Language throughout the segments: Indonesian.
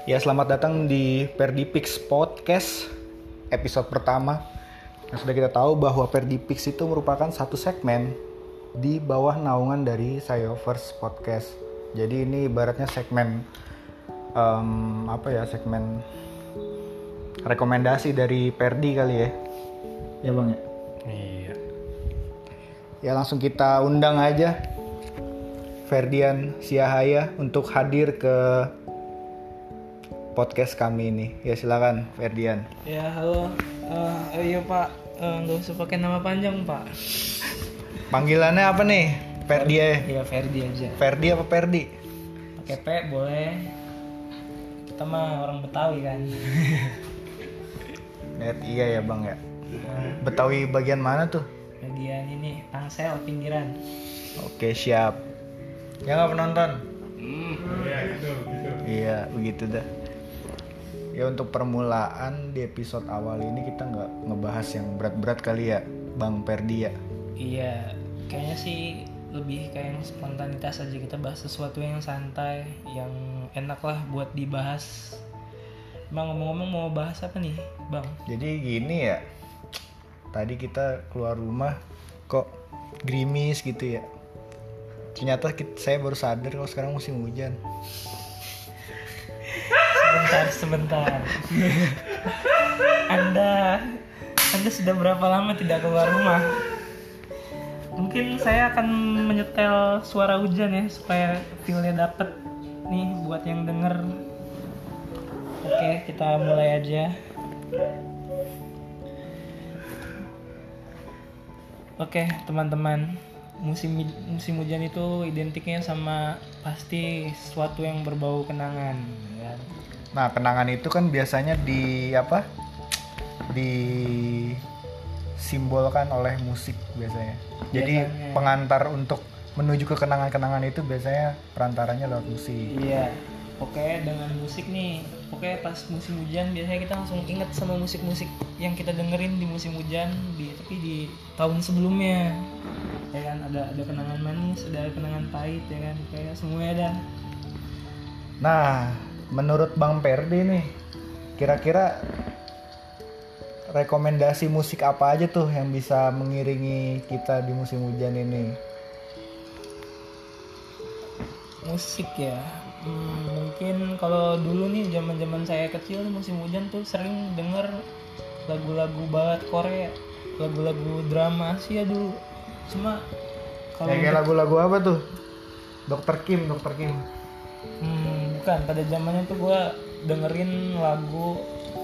Ya, selamat datang di Perdipix Podcast episode pertama. Yang sudah kita tahu bahwa Perdipix itu merupakan satu segmen di bawah naungan dari Sayovers Podcast. Jadi ini ibaratnya segmen segmen rekomendasi dari Perdi kali ya. Ya bang ya. Iya. Ya langsung kita undang aja Ferdian Siahaya untuk hadir ke podcast kami ini. Ya silakan Ferdian. Ya halo, iya Pak, nggak usah pakai nama panjang Pak. Panggilannya apa nih? Ferdi ya? Iya Ferdi aja. Ferdi apa Perdi? Pakai P boleh. Kita mah orang Betawi kan. Iya ya bang ya. Betawi bagian mana tuh? Bagian ini Tangsel pinggiran. Oke siap. Ya nggak penonton? Iya begitu dah. Ya untuk permulaan di episode awal ini kita nggak ngebahas yang berat-berat kali ya Bang Perdi ya. Iya, kayaknya sih lebih kayak yang spontanitas aja, kita bahas sesuatu yang santai, yang enak lah buat dibahas. Bang ngomong-ngomong mau bahas apa nih Bang? Jadi gini ya, tadi kita keluar rumah kok gerimis gitu ya. Ternyata saya baru sadar kalau sekarang musim hujan. Sebentar. Anda sudah berapa lama tidak keluar rumah? Mungkin saya akan menyetel suara hujan ya supaya feel-nya dapet nih buat yang denger. Oke, kita mulai aja. Oke, teman-teman. Musim hujan itu identiknya sama pasti sesuatu yang berbau kenangan ya. Nah, kenangan itu kan biasanya disimbolkan oleh musik biasanya. Jadi Biasanya. pengantar untuk menuju ke kenangan-kenangan itu biasanya perantaranya lewat musik. Iya. Oke, dengan musik nih. Oke, pas musim hujan biasanya kita langsung inget sama musik-musik yang kita dengerin di musim hujan tapi di tahun sebelumnya. Ya kan, ada kenangan manis, ada kenangan pahit ya kan, kayak semuanya ada. Nah, menurut Bang Perdi nih, kira-kira rekomendasi musik apa aja tuh yang bisa mengiringi kita di musim hujan ini? Musik ya. Mungkin kalau dulu nih zaman saya kecil nih musim hujan tuh sering denger lagu-lagu barat Korea, lagu-lagu drama Asia dulu. Cuma kalau Kayak lagu-lagu apa tuh? Dr. Kim. Bukan, pada zamannya tuh gue dengerin lagu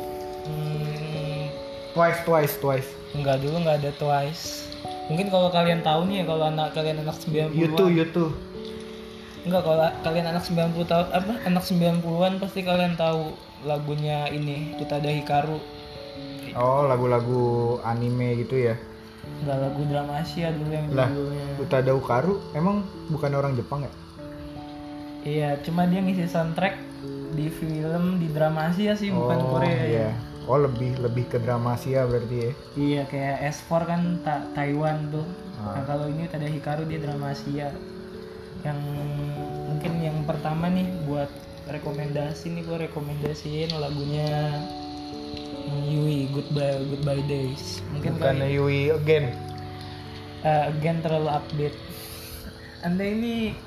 Twice. enggak, dulu nggak ada Twice. Mungkin kalau kalian tahu nih ya, kalau kalian anak 90-an. YouTube. Enggak, kalau kalian anak 90 tahun anak 90-an pasti kalian tahu lagunya ini, Utada Hikaru. Oh, lagu-lagu anime gitu ya. Enggak, lagu drama Asia dulu yang Lah, judulnya. Utada Hikaru emang bukan orang Jepang ya? Iya, cuma dia ngisi soundtrack di film di drama Asia sih, bukan Korea iya. ya. Oh, lebih ke drama Asia berarti ya. Iya, kayak S4 kan Taiwan tuh. Ah. Nah, kalau ini Utada Hikaru dia drama Asia. Yang mungkin yang pertama nih buat rekomendasi nih, gue rekomendasiin lagunya Yui, Goodbye Days. Mungkin Bukan Yui Again. Again terlalu update. Anda ini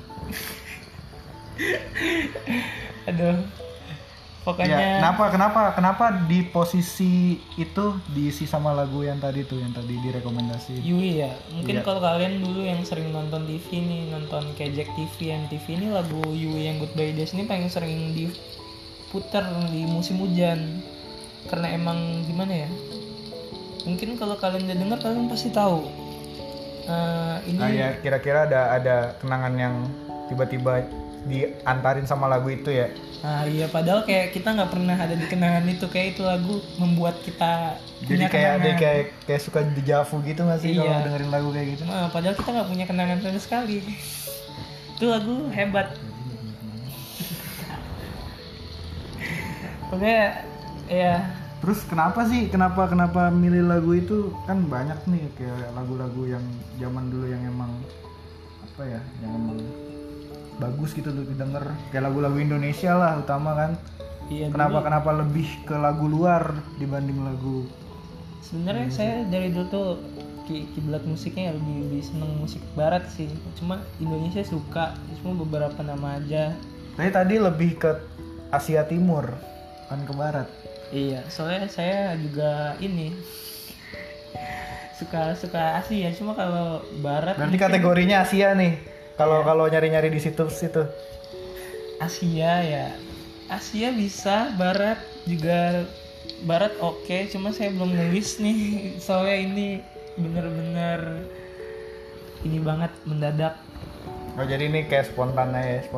aduh, pokoknya Ya, kenapa di posisi itu diisi sama lagu yang tadi direkomendasi? Yui ya. Mungkin Iya. kalau kalian dulu yang sering nonton TV nih, nonton kayak Jack TV, MTV, ini lagu Yui yang Goodbye Days ini paling sering diputar di musim hujan. Karena emang gimana ya? Mungkin kalau kalian udah denger kalian pasti tahu. Ini Ya, kira-kira ada kenangan yang tiba-tiba diantarin sama lagu itu ya. iya, padahal kayak kita nggak pernah ada di kenangan itu, kayak itu lagu membuat kita Jadi punya kenangan. kayak suka dejavu gitu nggak sih Iya. kalau dengerin lagu kayak gitu? Padahal kita nggak punya kenangan sama sekali. Itu lagu hebat. Pokoknya ya. Terus kenapa milih lagu itu? Kan banyak nih kayak lagu-lagu yang zaman dulu yang emang yang emang bagus gitu tuh didengar, kayak lagu-lagu Indonesia lah utama kan. Iya, Kenapa lebih ke lagu luar dibanding lagu? Sebenarnya saya dari dulu tuh kiblat musiknya lebih seneng musik barat sih. Cuma Indonesia suka, cuma beberapa nama aja. Tadi lebih ke Asia Timur, kan ke barat. Iya, soalnya saya juga ini suka Asia, cuma kalau barat. Berarti kategorinya Asia nih. Kalau nyari-nyari di situ. Asia ya. Asia bisa, barat juga. Barat oke, cuma saya belum nulis nih. Soalnya ini bener-bener ini banget mendadak. Oh jadi ini kayak spontan.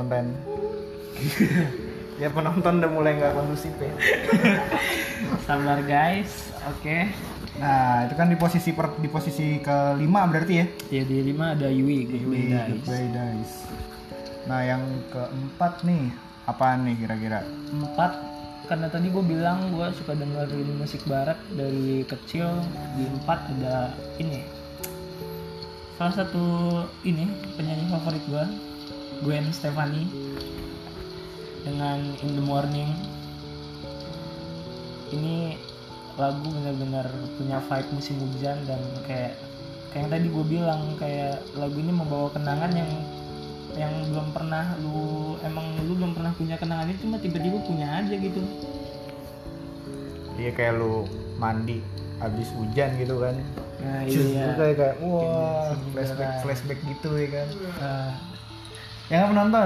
Ya penonton udah mulai nggak kondusif ya. Sabar guys, oke. Nah itu kan di posisi kelima berarti ya? Ya di 5 ada Yui, Goodbye Dies. Nah yang keempat nih apaan nih kira-kira? 4, karena tadi gue bilang gue suka dengerin musik barat dari kecil. Di 4 ada ini, salah satu ini penyanyi favorit gue, Gwen Stefani dengan In the Morning. Ini lagu benar-benar punya vibe musim hujan, dan kayak yang tadi gue bilang, kayak lagu ini membawa kenangan yang belum pernah lu belum pernah punya kenangan itu, cuma tiba-tiba punya aja gitu. Iya kayak lu mandi habis hujan gitu kan. Nah Iya. Kayak wah flashback gitu ya kan. Yang nggak menonton?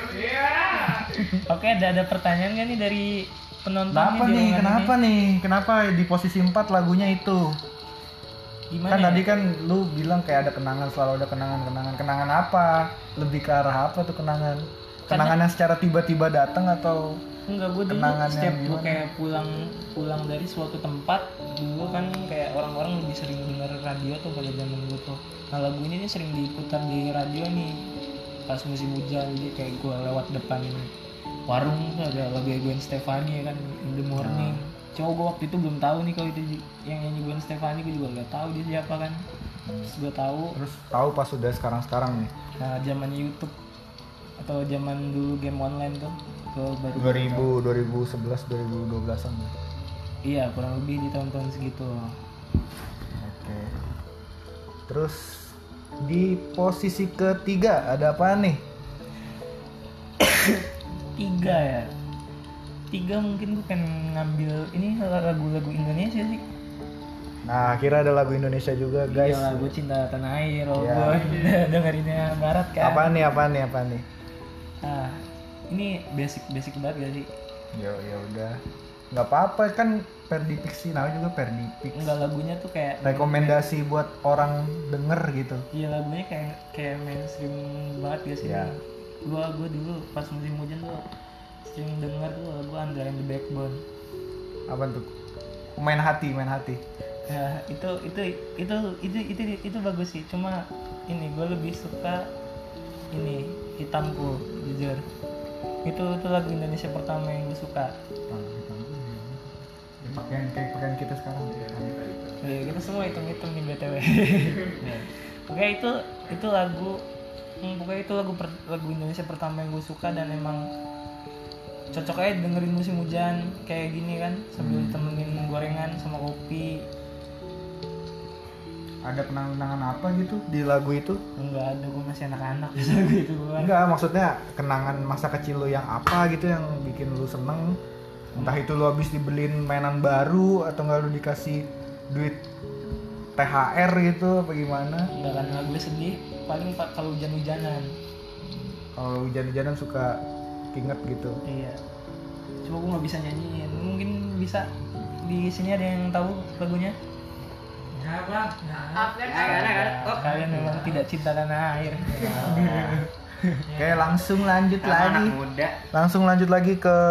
Oke, ada pertanyaan nggak nih dari penonton? Kenapa di posisi 4 lagunya itu? Gimana Kan ya? tadi kan lu bilang kayak ada kenangan, selalu ada kenangan apa? Lebih ke arah apa tuh kenangan? Kenangan yang secara tiba-tiba datang atau enggak? Gue dulu kenangan setiap yang gue gimana? kayak pulang dari suatu tempat dulu kan, kayak orang-orang lebih sering denger radio tuh pada zaman gue tuh. Nah lagu ini nih sering diputar di radio nih pas musim hujan. Jadi kayak gue lewat depan warung tuh ada lagu Gwen Stefani ya kan, In the Morning. Cuma gue waktu itu belum tahu nih kalau itu yang nyanyi Gwen Stefani, gue juga nggak tahu dia siapa kan. Terus gue tahu pas sudah sekarang nih. nah zaman YouTube atau zaman dulu game online tuh, gue baru 2011 2012-an. iya kurang lebih di tahun-tahun segitu. Oke. Terus di posisi ketiga ada apa nih? 3 mungkin gue pengen ngambil ini lagu-lagu Indonesia sih. Nah, kira ada lagu Indonesia juga, guys. Iya, lagu Cinta Tanah Air, Iya. gue dengerinnya barat kan. Apa nih? Ah, ini basic banget gak sih? Ya udah. Nggak apa-apa kan Perdipix sih, namanya juga Perdipix. Enggak, lagunya tuh kayak Rekomendasi buat orang denger gitu. iya, lagunya kayak mainstream banget gak sih? Iya. Gue dulu pas musim hujan tuh sering denger tuh lagu Andra and the Backbone. Apa tuh? Main hati. Ya, itu bagus sih. Cuma ini gue lebih suka ini Hitamku, jujur. Itu lagu Indonesia pertama yang gue suka. Pakaian kita sekarang. Ya, kita semua hitung-hitung nih BTW. Oke, itu lagu pokoknya itu lagu Indonesia pertama yang gue suka, dan emang cocok aja dengerin musim hujan kayak gini kan, sambil ditemenin gorengan sama kopi. Ada kenangan apa gitu di lagu itu? Enggak ada, gue masih anak-anak di lagu itu kan. Enggak, maksudnya kenangan masa kecil lu yang apa gitu yang bikin lu seneng? Entah itu lu habis dibeliin mainan baru atau enggak lu dikasih duit THR gitu apa gimana? Enggak kan, lagu sedih paling kalau hujan-hujanan. Kalau hujan-hujanan suka inget gitu. Iya. Cuma gue nggak bisa nyanyiin. Mungkin bisa di sini ada yang tahu lagunya? Kalian memang tidak cinta tanah air. Oke, langsung lanjut lagi ke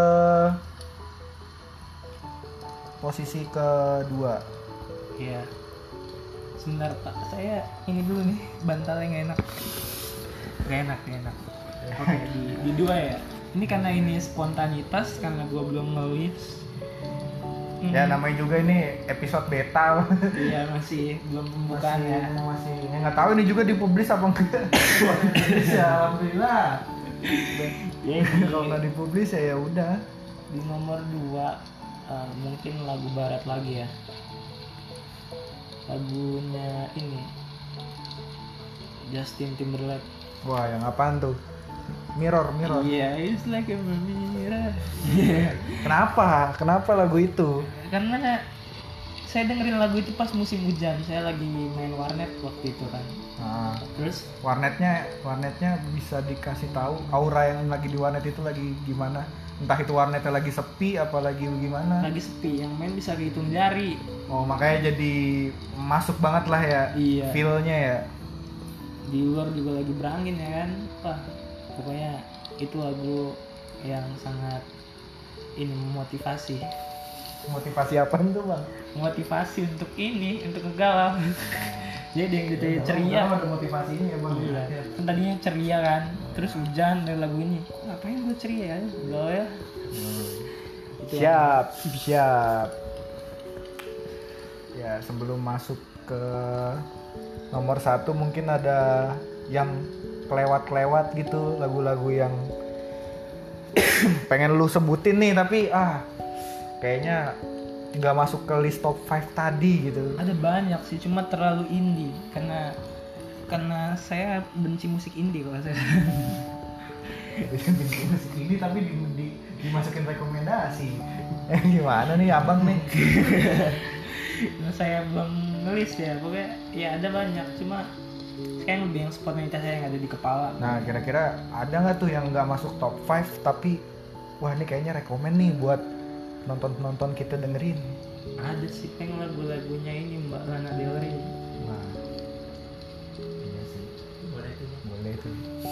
posisi kedua. Iya. Sebentar Pak, saya ini dulu nih, bantalnya nggak enak. Oke, di 2 ya. Ini karena ini spontanitas, karena gue belum nulis. Ya namanya juga ini episode beta. Iya, masih belum pembukaan ya. Masih nggak tahu ini juga dipublis apa enggak. Ya alhamdulillah. Ya, Kalau nggak dipublis ya udah. Di nomor 2 mungkin lagu barat lagi ya. Lagunya ini Justin Timberlake. Wah, yang apaan tuh? Mirror. Iya, it's like a mirror. Kenapa lagu itu? Karena saya dengerin lagu itu pas musim hujan. Saya lagi main warnet waktu itu kan. Nah, Terus warnetnya bisa dikasih tahu aura yang lagi di warnet itu lagi gimana? Entah itu warnetnya lagi sepi apa lagi gimana? lagi sepi, yang main bisa kehitung jari. Oh, makanya jadi masuk banget lah ya. Iya. Feel-nya ya. Di luar juga lagi berangin ya kan. Wah, pokoknya itu lagu yang sangat ini memotivasi. Motivasi apa itu, Bang? Motivasi untuk ini, untuk ngegalau. Jadi yang gitu ceria. Ada motivasinya ya, Bang. Iya. Kan tadinya ceria kan, terus hujan dari lagu ini. Kok ngapain gue ceria ya? Galau ya. Itu Siap. Ya, sebelum masuk ke nomor 1 mungkin ada yang kelewat gitu, lagu-lagu yang pengen lu sebutin nih tapi kayaknya nggak masuk ke list top 5 tadi gitu. ada banyak sih, cuma terlalu indie karena saya benci musik indie kalau saya. Musik ini tapi dimasukin rekomendasi. Gimana nih abang nih? Nah, saya belum nulis ya, pokoknya ya ada banyak, cuma sekarang lebih yang spontanitas saya yang ada di kepala. Nah, kira-kira ada nggak tuh yang nggak masuk top 5 tapi wah ini kayaknya rekomen nih buat nonton kita dengerin. Ada sih, pengen lagu-lagunya ini Mbak Lana Del Rey. Nah, iya sih, boleh tuh.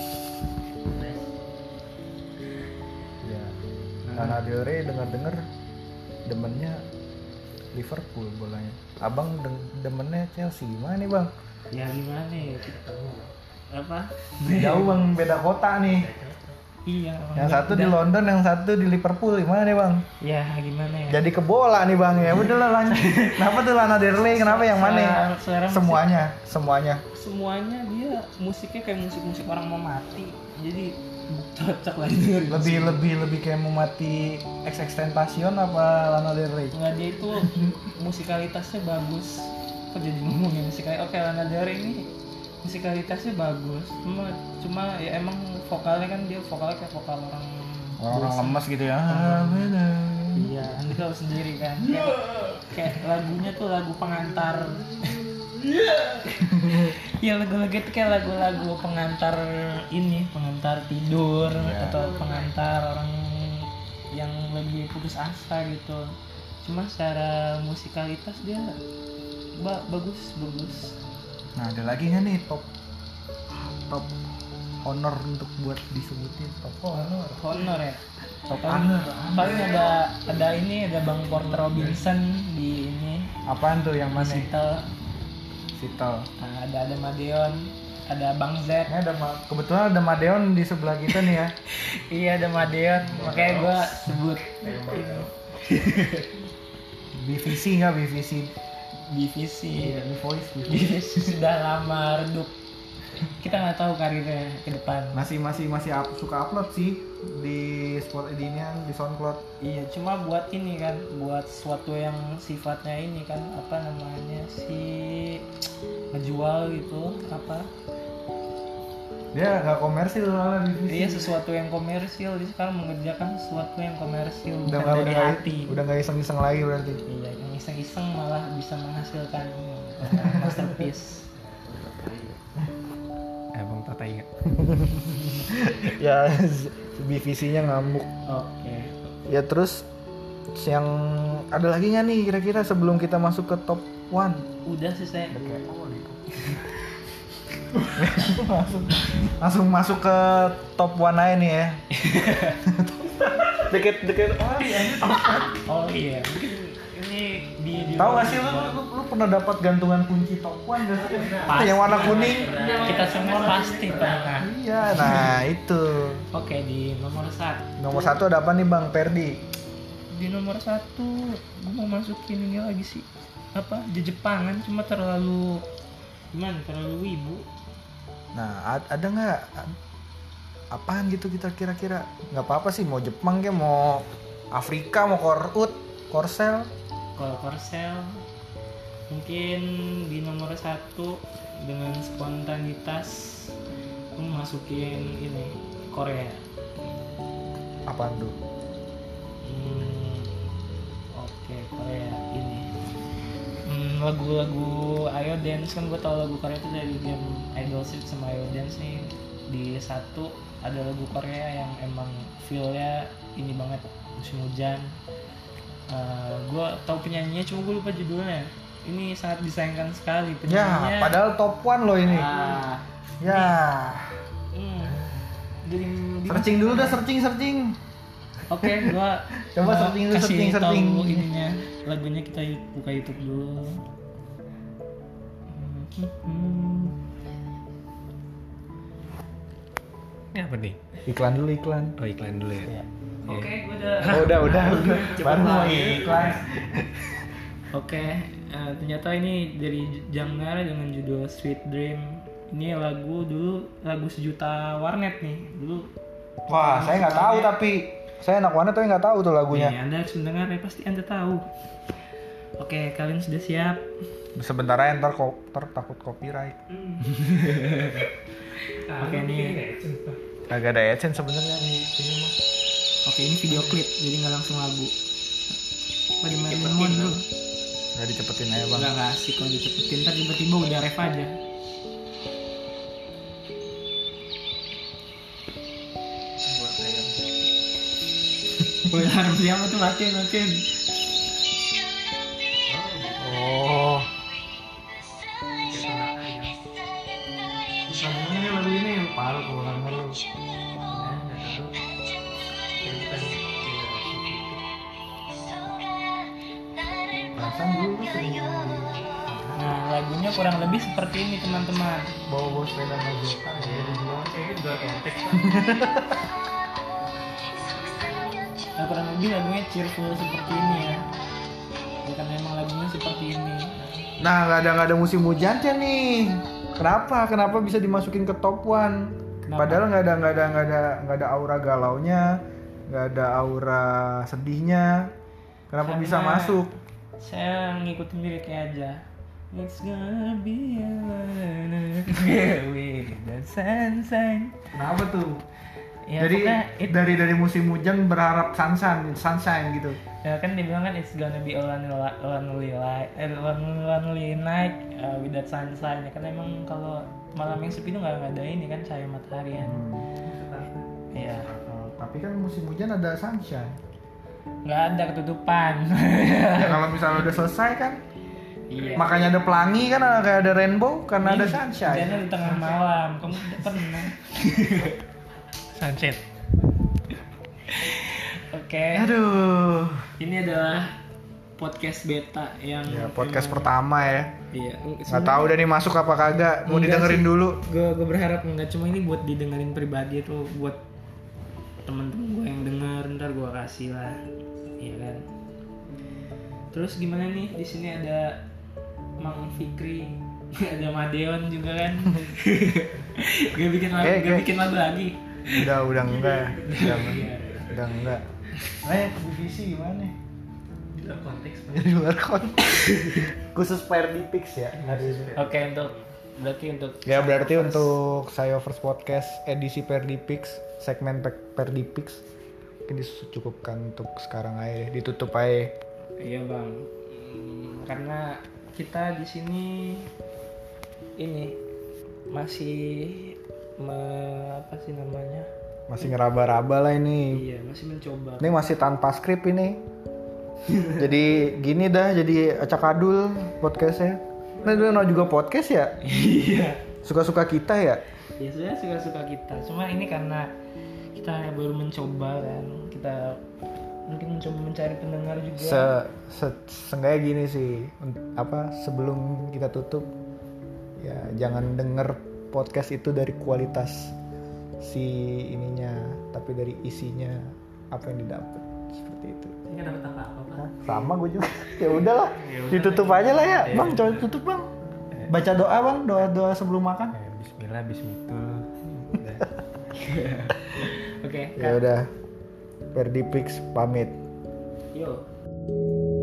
Ya, Lana Del Rey dengar demennya Liverpool bolanya. Abang demennya Chelsea. Gimana nih, Bang? Ya gimana ya, apa? Jauh, Bang, beda kota nih. Iya. Yang satu di London, yang satu di Liverpool. Gimana nih, Bang? Ya gimana ya? Jadi ke bola nih, Bang. Ya udahlah lanjut. Kenapa tuh Lana Del Rey? Kenapa yang mana? Semuanya. Semuanya dia musiknya kayak musik orang mau mati. Jadi cocok lah dengerin. Lebih kayak mau mati XXXTentacion apa Lana Del Rey? Enggak, dia itu musikalitasnya bagus. Kok jadi ngomongin musikalitas? Oke, Lana Del Rey ini musikalitasnya bagus. Cuma ya emang vokalnya kayak vokal Orang lemes gitu ya. Iya, nanti kalau sendiri kan kayak lagunya tuh lagu pengantar. Iya, lagu-lagu itu kayak lagu-lagu pengantar tidur atau pengantar orang yang lagi putus asa gitu. Cuma secara musikalitas dia bagus. Nah, ada lagi nggak nih top honor untuk buat disebutin top honor ya? Top honor. Paling ada Bang Porter Robinson di ini. Apaan tuh yang mana? Sitel. Nah, ada Madeon, ada Bang Z. Kebetulan ada Madeon di sebelah kita nih ya. Iya, ada Madeon, makanya gue sebut. BVC nggak BVC? BVC. Iya, Voice. BVC sudah lama redup. Kita nggak tahu karirnya ke depan. Masih suka upload sih di di SoundCloud. Iya, cuma buat ini kan, buat sesuatu yang sifatnya ini kan, apa namanya sih, ngejual gitu apa? Dia nggak komersil soalnya BVC. Iya, sesuatu yang komersil. Dia sekarang mengerjakan sesuatu yang komersil. Udah nggak iseng-iseng lagi berarti. Iya, yang iseng-iseng malah bisa menghasilkan masterpiece. Emang Tata ingat. Ya, BVC-nya ngamuk. Oke. Ya terus yang ada lagi nggak nih kira-kira sebelum kita masuk ke top 1? Udah sih saya. Langsung masuk ke top 1 aja nih ya. Deket Oh iya. Mungkin ini di tahu nggak sih lu pernah dapat gantungan kunci top 1 gak sih? Yang warna kuning. Kita semua pasti pernah. Iya, nah itu. Oke, di nomor 1. Nomor 1 ada apa nih Bang Perdi? Di nomor 1 gue mau masukin ini lagi sih. Apa? Di Jepangan, cuma terlalu wibu. Nah, ada nggak apaan gitu kita kira-kira? Nggak apa-apa sih, mau Jepang kayak mau Afrika mau Korsel. Kalau Korsel mungkin di nomor 1 dengan spontanitas masukin ini Korea. Apaan tuh? Oke, Korea ini lagu-lagu Ayo Dance, kan gue tau lagu Korea itu dari game Idol Street sama Ayo Dance nih. Di 1 ada lagu Korea yang emang feel-nya ini banget, musim hujan. Gue tau penyanyinya cuma gue lupa judulnya. Ini sangat disayangkan sekali penyanyinya. Ya, padahal top 1 loh ini. Ya. Searching dulu dah, searching. Oke, gua coba searching dulu, kasih searching. tahu ininya. Lagunya kita buka YouTube dulu. Ini apa nih? Iklan dulu. Oh, iklan dulu ya. Ya. Oke, gua udah. Oh, udah. Baru mau lagi. iklan. Oke, ternyata ini dari Janggar dengan judul Sweet Dream. Ini lagu sejuta warnet nih dulu. Wah, saya nggak tahu tapi saya anak warnet tapi nggak tahu tuh lagunya. Nih, Anda harus mendengar ya, pasti Anda tahu. Oke, kalian sudah siap? Sebentar aja ntar takut copyright. Oke nih. Agak ada AdSense sebenarnya nih sini mah. Oke, ini video klip jadi nggak langsung lagu. Apa dimainin dulu? Nggak dicepetin aja bang. Nggak asik kalau dicepetin, ntar tiba-tiba udah ref aja. Woi, alarm siapa tuh matiin. Oh. Ini lagu ini Palu kurang lu. Perasaan dulu sering Nah, lagunya kurang lebih seperti ini teman-teman. bawa sepeda Mazda ya dijual. Kayaknya juga konteks. Nah, kurang lebih lagunya cheerful seperti ini ya. Ya kan memang lagunya seperti ini. Nah, nggak ada musim hujannya nih. Kenapa bisa dimasukin ke top 1? Kenapa? Padahal nggak ada aura galaunya, nggak ada aura sedihnya. Kenapa Karena bisa masuk? Saya ngikutin liriknya aja. It's gonna be a with the sunshine. Kenapa tuh? Ya, Jadi pokoknya dari musim hujan berharap sunshine gitu. ya kan dibilang kan it's gonna be a lonely night with that sunshine. Ya kan emang kalau malam yang sepi itu nggak ada ini kan cahaya matahari kan. Iya. Tapi kan musim hujan ada sunshine. Nggak ada ketutupan. Ya, kalau misalnya udah selesai kan, Iya. makanya ada pelangi kan, kayak ada rainbow karena ada Hujannya sunshine. di tengah malam. Kamu udah pernah? Sunset. Oke. Aduh. Ini adalah podcast beta yang Ya, podcast pertama ya. Iya. Nggak tahu deh nih masuk apa kagak. Mau didengerin dulu. Gue berharap enggak, cuma ini buat didengerin pribadi tuh, buat temen-temen gue yang denger, ntar gue kasih lah, iya kan. Terus gimana nih, di sini ada Mang Fikri, ada Madeon juga kan. Gak bikin lagu lagi. Udah enggak. Iya. Udah enggak. Nah, divisi gimana? Di luar konteks. Di luar konteks. Khusus Perdipix ya hari ini. Oke, berarti untuk saya first podcast edisi Perdipix, segmen Perdipix mungkin dicukupkan untuk sekarang aja, ditutup aja. Iya bang, karena kita di sini ini masih apa sih namanya? Masih ngeraba-raba lah ini. Iya, masih mencoba. Ini masih tanpa skrip ini. Jadi gini dah, jadi acak-adul podcastnya. Nah, itu juga podcast ya? Iya. Suka-suka kita ya? Ya sudah suka-suka kita. Cuma ini karena kita baru mencoba kan, kita mungkin mencoba mencari pendengar juga. Seenggaknya gini sih, sebelum kita tutup, ya jangan denger podcast itu dari kualitas si ininya, tapi dari isinya apa yang didapat, seperti itu. Ini dapat apa-apa Pak? Sama gue juga. Ya udahlah, ditutup aja lah ya, bang. Coba tutup bang. Baca doa bang, doa sebelum makan. Bismillah, bismillah. Oke. Ya udah, Perdipix pamit. Yo.